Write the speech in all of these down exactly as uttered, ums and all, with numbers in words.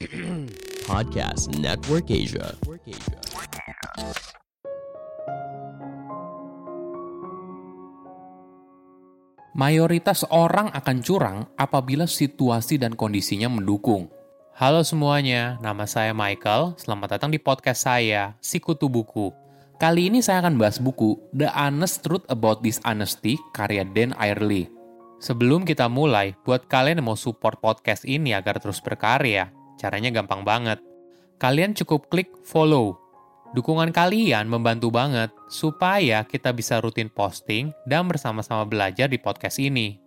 Podcast Network Asia. Mayoritas orang akan curang apabila situasi dan kondisinya mendukung. Halo semuanya, nama saya Michael. Selamat datang di podcast saya, Sikutu Buku. Kali ini saya akan bahas buku The Honest Truth About Dishonesty karya Dan Ariely. Sebelum kita mulai, buat kalian yang mau support podcast ini agar terus berkarya, caranya gampang banget. Kalian cukup klik follow. Dukungan kalian membantu banget supaya kita bisa rutin posting dan bersama-sama belajar di podcast ini.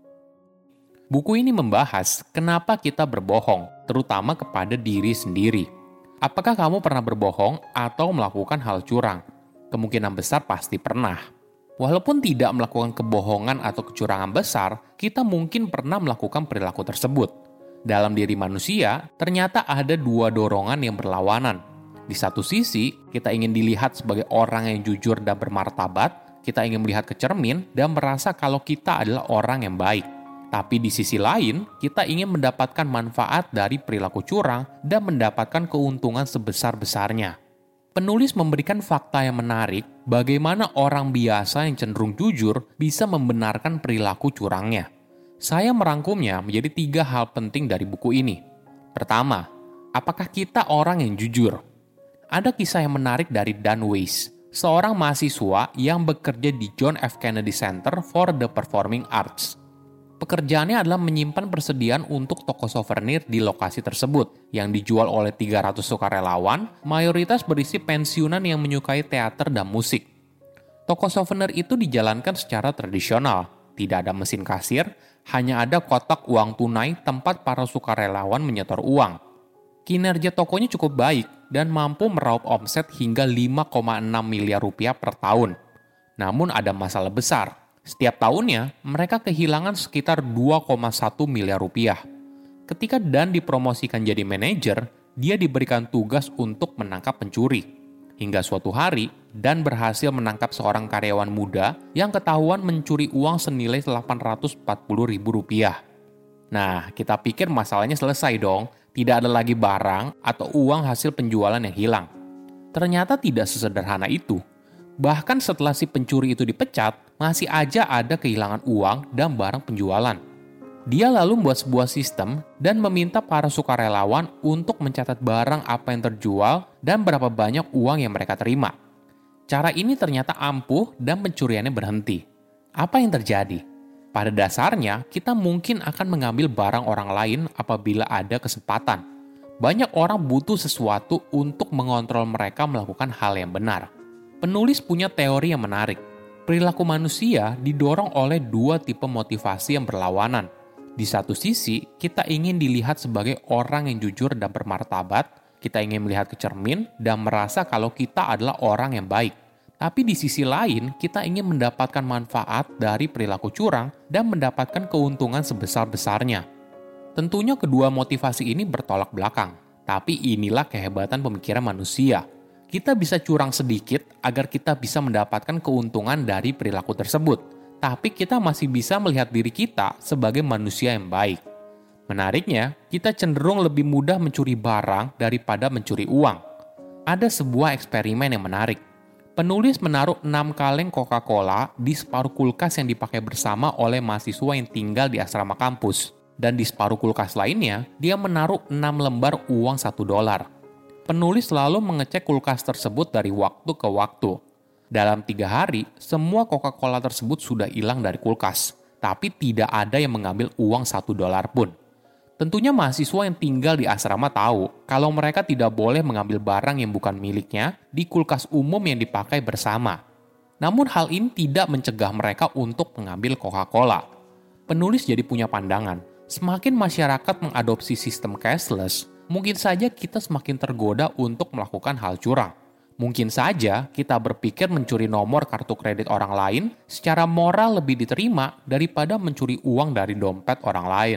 Buku ini membahas kenapa kita berbohong, terutama kepada diri sendiri. Apakah kamu pernah berbohong atau melakukan hal curang? Kemungkinan besar pasti pernah. Walaupun tidak melakukan kebohongan atau kecurangan besar, kita mungkin pernah melakukan perilaku tersebut. Dalam diri manusia, ternyata ada dua dorongan yang berlawanan. Di satu sisi, kita ingin dilihat sebagai orang yang jujur dan bermartabat, kita ingin melihat ke cermin dan merasa kalau kita adalah orang yang baik. Tapi di sisi lain, kita ingin mendapatkan manfaat dari perilaku curang dan mendapatkan keuntungan sebesar-besarnya. Penulis memberikan fakta yang menarik bagaimana orang biasa yang cenderung jujur bisa membenarkan perilaku curangnya. Saya merangkumnya menjadi tiga hal penting dari buku ini. Pertama, apakah kita orang yang jujur? Ada kisah yang menarik dari Dan Weiss, seorang mahasiswa yang bekerja di John F. Kennedy Center for the Performing Arts. Pekerjaannya adalah menyimpan persediaan untuk toko souvenir di lokasi tersebut, yang dijual oleh tiga ratus sukarelawan, mayoritas berisi pensiunan yang menyukai teater dan musik. Toko souvenir itu dijalankan secara tradisional, tidak ada mesin kasir, hanya ada kotak uang tunai tempat para sukarelawan menyetor uang. Kinerja tokonya cukup baik dan mampu meraup omset hingga lima koma enam miliar rupiah per tahun. Namun ada masalah besar. Setiap tahunnya, mereka kehilangan sekitar dua koma satu miliar rupiah. Ketika Dan dipromosikan jadi manajer, dia diberikan tugas untuk menangkap pencuri. Hingga suatu hari, Dan berhasil menangkap seorang karyawan muda yang ketahuan mencuri uang senilai delapan ratus empat puluh ribu rupiah. Nah, kita pikir masalahnya selesai dong, tidak ada lagi barang atau uang hasil penjualan yang hilang. Ternyata tidak sesederhana itu. Bahkan setelah si pencuri itu dipecat, masih aja ada kehilangan uang dan barang penjualan. Dia lalu membuat sebuah sistem dan meminta para sukarelawan untuk mencatat barang apa yang terjual dan berapa banyak uang yang mereka terima. Cara ini ternyata ampuh dan pencuriannya berhenti. Apa yang terjadi? Pada dasarnya, kita mungkin akan mengambil barang orang lain apabila ada kesempatan. Banyak orang butuh sesuatu untuk mengontrol mereka melakukan hal yang benar. Penulis punya teori yang menarik. Perilaku manusia didorong oleh dua tipe motivasi yang berlawanan. Di satu sisi, kita ingin dilihat sebagai orang yang jujur dan bermartabat, kita ingin melihat ke cermin dan merasa kalau kita adalah orang yang baik. Tapi di sisi lain, kita ingin mendapatkan manfaat dari perilaku curang dan mendapatkan keuntungan sebesar-besarnya. Tentunya kedua motivasi ini bertolak belakang, tapi inilah kehebatan pemikiran manusia. Kita bisa curang sedikit agar kita bisa mendapatkan keuntungan dari perilaku tersebut, tapi kita masih bisa melihat diri kita sebagai manusia yang baik. Menariknya, kita cenderung lebih mudah mencuri barang daripada mencuri uang. Ada sebuah eksperimen yang menarik. Penulis menaruh enam kaleng Coca-Cola di separuh kulkas yang dipakai bersama oleh mahasiswa yang tinggal di asrama kampus. Dan di separuh kulkas lainnya, dia menaruh enam lembar uang satu dolar. Penulis lalu mengecek kulkas tersebut dari waktu ke waktu. Dalam tiga hari, semua Coca-Cola tersebut sudah hilang dari kulkas, tapi tidak ada yang mengambil uang satu dolar pun. Tentunya mahasiswa yang tinggal di asrama tahu kalau mereka tidak boleh mengambil barang yang bukan miliknya di kulkas umum yang dipakai bersama. Namun hal ini tidak mencegah mereka untuk mengambil Coca-Cola. Penulis jadi punya pandangan, semakin masyarakat mengadopsi sistem cashless, mungkin saja kita semakin tergoda untuk melakukan hal curang. Mungkin saja kita berpikir mencuri nomor kartu kredit orang lain secara moral lebih diterima daripada mencuri uang dari dompet orang lain.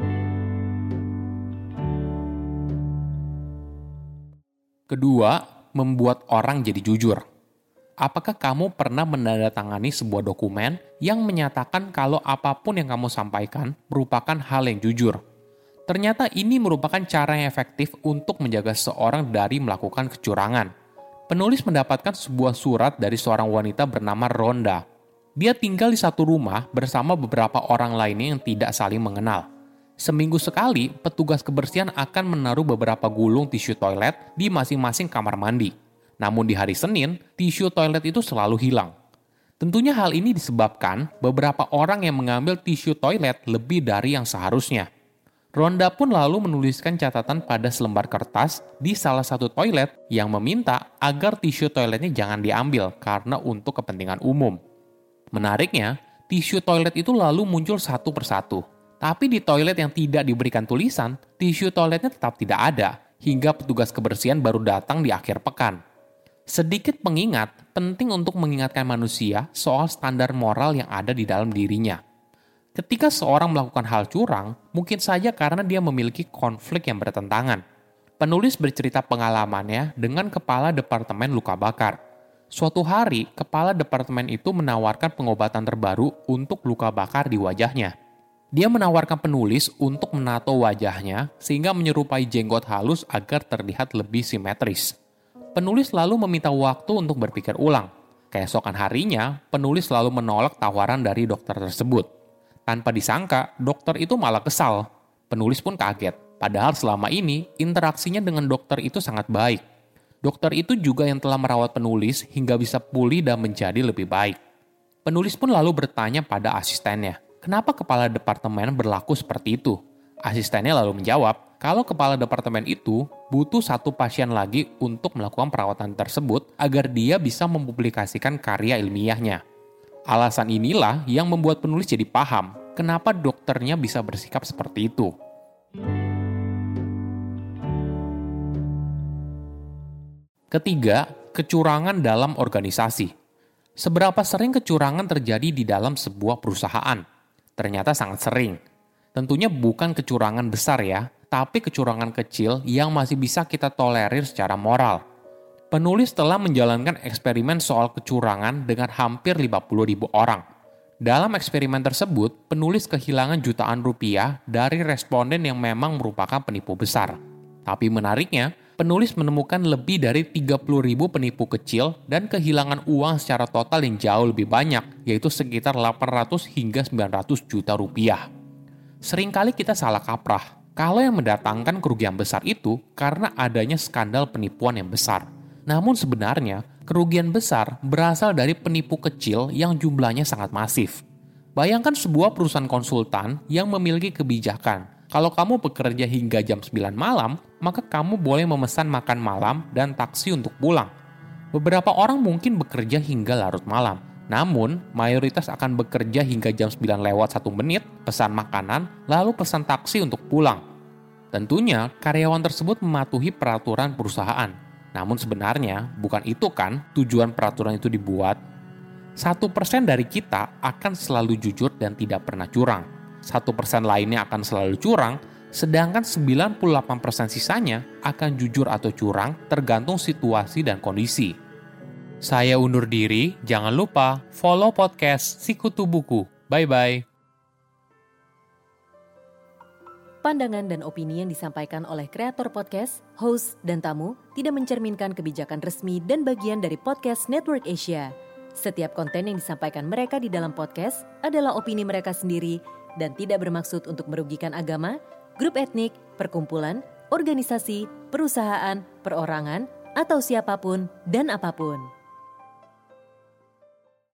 Kedua, membuat orang jadi jujur. Apakah kamu pernah menandatangani sebuah dokumen yang menyatakan kalau apapun yang kamu sampaikan merupakan hal yang jujur? Ternyata ini merupakan cara yang efektif untuk menjaga seseorang dari melakukan kecurangan. Penulis mendapatkan sebuah surat dari seorang wanita bernama Rhonda. Dia tinggal di satu rumah bersama beberapa orang lainnya yang tidak saling mengenal. Seminggu sekali, petugas kebersihan akan menaruh beberapa gulung tisu toilet di masing-masing kamar mandi. Namun di hari Senin, tisu toilet itu selalu hilang. Tentunya hal ini disebabkan beberapa orang yang mengambil tisu toilet lebih dari yang seharusnya. Rhonda pun lalu menuliskan catatan pada selembar kertas di salah satu toilet yang meminta agar tisu toiletnya jangan diambil karena untuk kepentingan umum. Menariknya, tisu toilet itu lalu muncul satu persatu. Tapi di toilet yang tidak diberikan tulisan, tisu toiletnya tetap tidak ada, hingga petugas kebersihan baru datang di akhir pekan. Sedikit pengingat, penting untuk mengingatkan manusia soal standar moral yang ada di dalam dirinya. Ketika seorang melakukan hal curang, mungkin saja karena dia memiliki konflik yang bertentangan. Penulis bercerita pengalamannya dengan kepala departemen luka bakar. Suatu hari, kepala departemen itu menawarkan pengobatan terbaru untuk luka bakar di wajahnya. Dia menawarkan penulis untuk menato wajahnya sehingga menyerupai jenggot halus agar terlihat lebih simetris. Penulis lalu meminta waktu untuk berpikir ulang. Keesokan harinya, penulis lalu menolak tawaran dari dokter tersebut. Tanpa disangka, dokter itu malah kesal. Penulis pun kaget, padahal selama ini interaksinya dengan dokter itu sangat baik. Dokter itu juga yang telah merawat penulis hingga bisa pulih dan menjadi lebih baik. Penulis pun lalu bertanya pada asistennya, kenapa kepala departemen berlaku seperti itu? Asistennya lalu menjawab, kalau kepala departemen itu butuh satu pasien lagi untuk melakukan perawatan tersebut agar dia bisa mempublikasikan karya ilmiahnya. Alasan inilah yang membuat penulis jadi paham kenapa dokternya bisa bersikap seperti itu. Ketiga, kecurangan dalam organisasi. Seberapa sering kecurangan terjadi di dalam sebuah perusahaan? Ternyata sangat sering. Tentunya bukan kecurangan besar ya, tapi kecurangan kecil yang masih bisa kita tolerir secara moral. Penulis telah menjalankan eksperimen soal kecurangan dengan hampir lima puluh ribu orang. Dalam eksperimen tersebut, penulis kehilangan jutaan rupiah dari responden yang memang merupakan penipu besar. Tapi menariknya, penulis menemukan lebih dari tiga puluh ribu penipu kecil dan kehilangan uang secara total yang jauh lebih banyak, yaitu sekitar delapan ratus hingga sembilan ratus juta rupiah. Seringkali kita salah kaprah kalau yang mendatangkan kerugian besar itu karena adanya skandal penipuan yang besar. Namun sebenarnya, kerugian besar berasal dari penipu kecil yang jumlahnya sangat masif. Bayangkan sebuah perusahaan konsultan yang memiliki kebijakan. Kalau kamu bekerja hingga jam sembilan malam, maka kamu boleh memesan makan malam dan taksi untuk pulang. Beberapa orang mungkin bekerja hingga larut malam. Namun, mayoritas akan bekerja hingga jam sembilan lewat satu menit, pesan makanan, lalu pesan taksi untuk pulang. Tentunya, karyawan tersebut mematuhi peraturan perusahaan. Namun sebenarnya, bukan itu kan tujuan peraturan itu dibuat. Satu persen dari kita akan selalu jujur dan tidak pernah curang. Satu persen lainnya akan selalu curang, sedangkan sembilan puluh delapan persen sisanya akan jujur atau curang tergantung situasi dan kondisi. Saya undur diri, jangan lupa follow podcast Sikutu Buku. Bye-bye. Pandangan dan opini yang disampaikan oleh kreator podcast, host, dan tamu tidak mencerminkan kebijakan resmi dan bagian dari podcast Network Asia. Setiap konten yang disampaikan mereka di dalam podcast adalah opini mereka sendiri dan tidak bermaksud untuk merugikan agama, grup etnik, perkumpulan, organisasi, perusahaan, perorangan, atau siapapun dan apapun.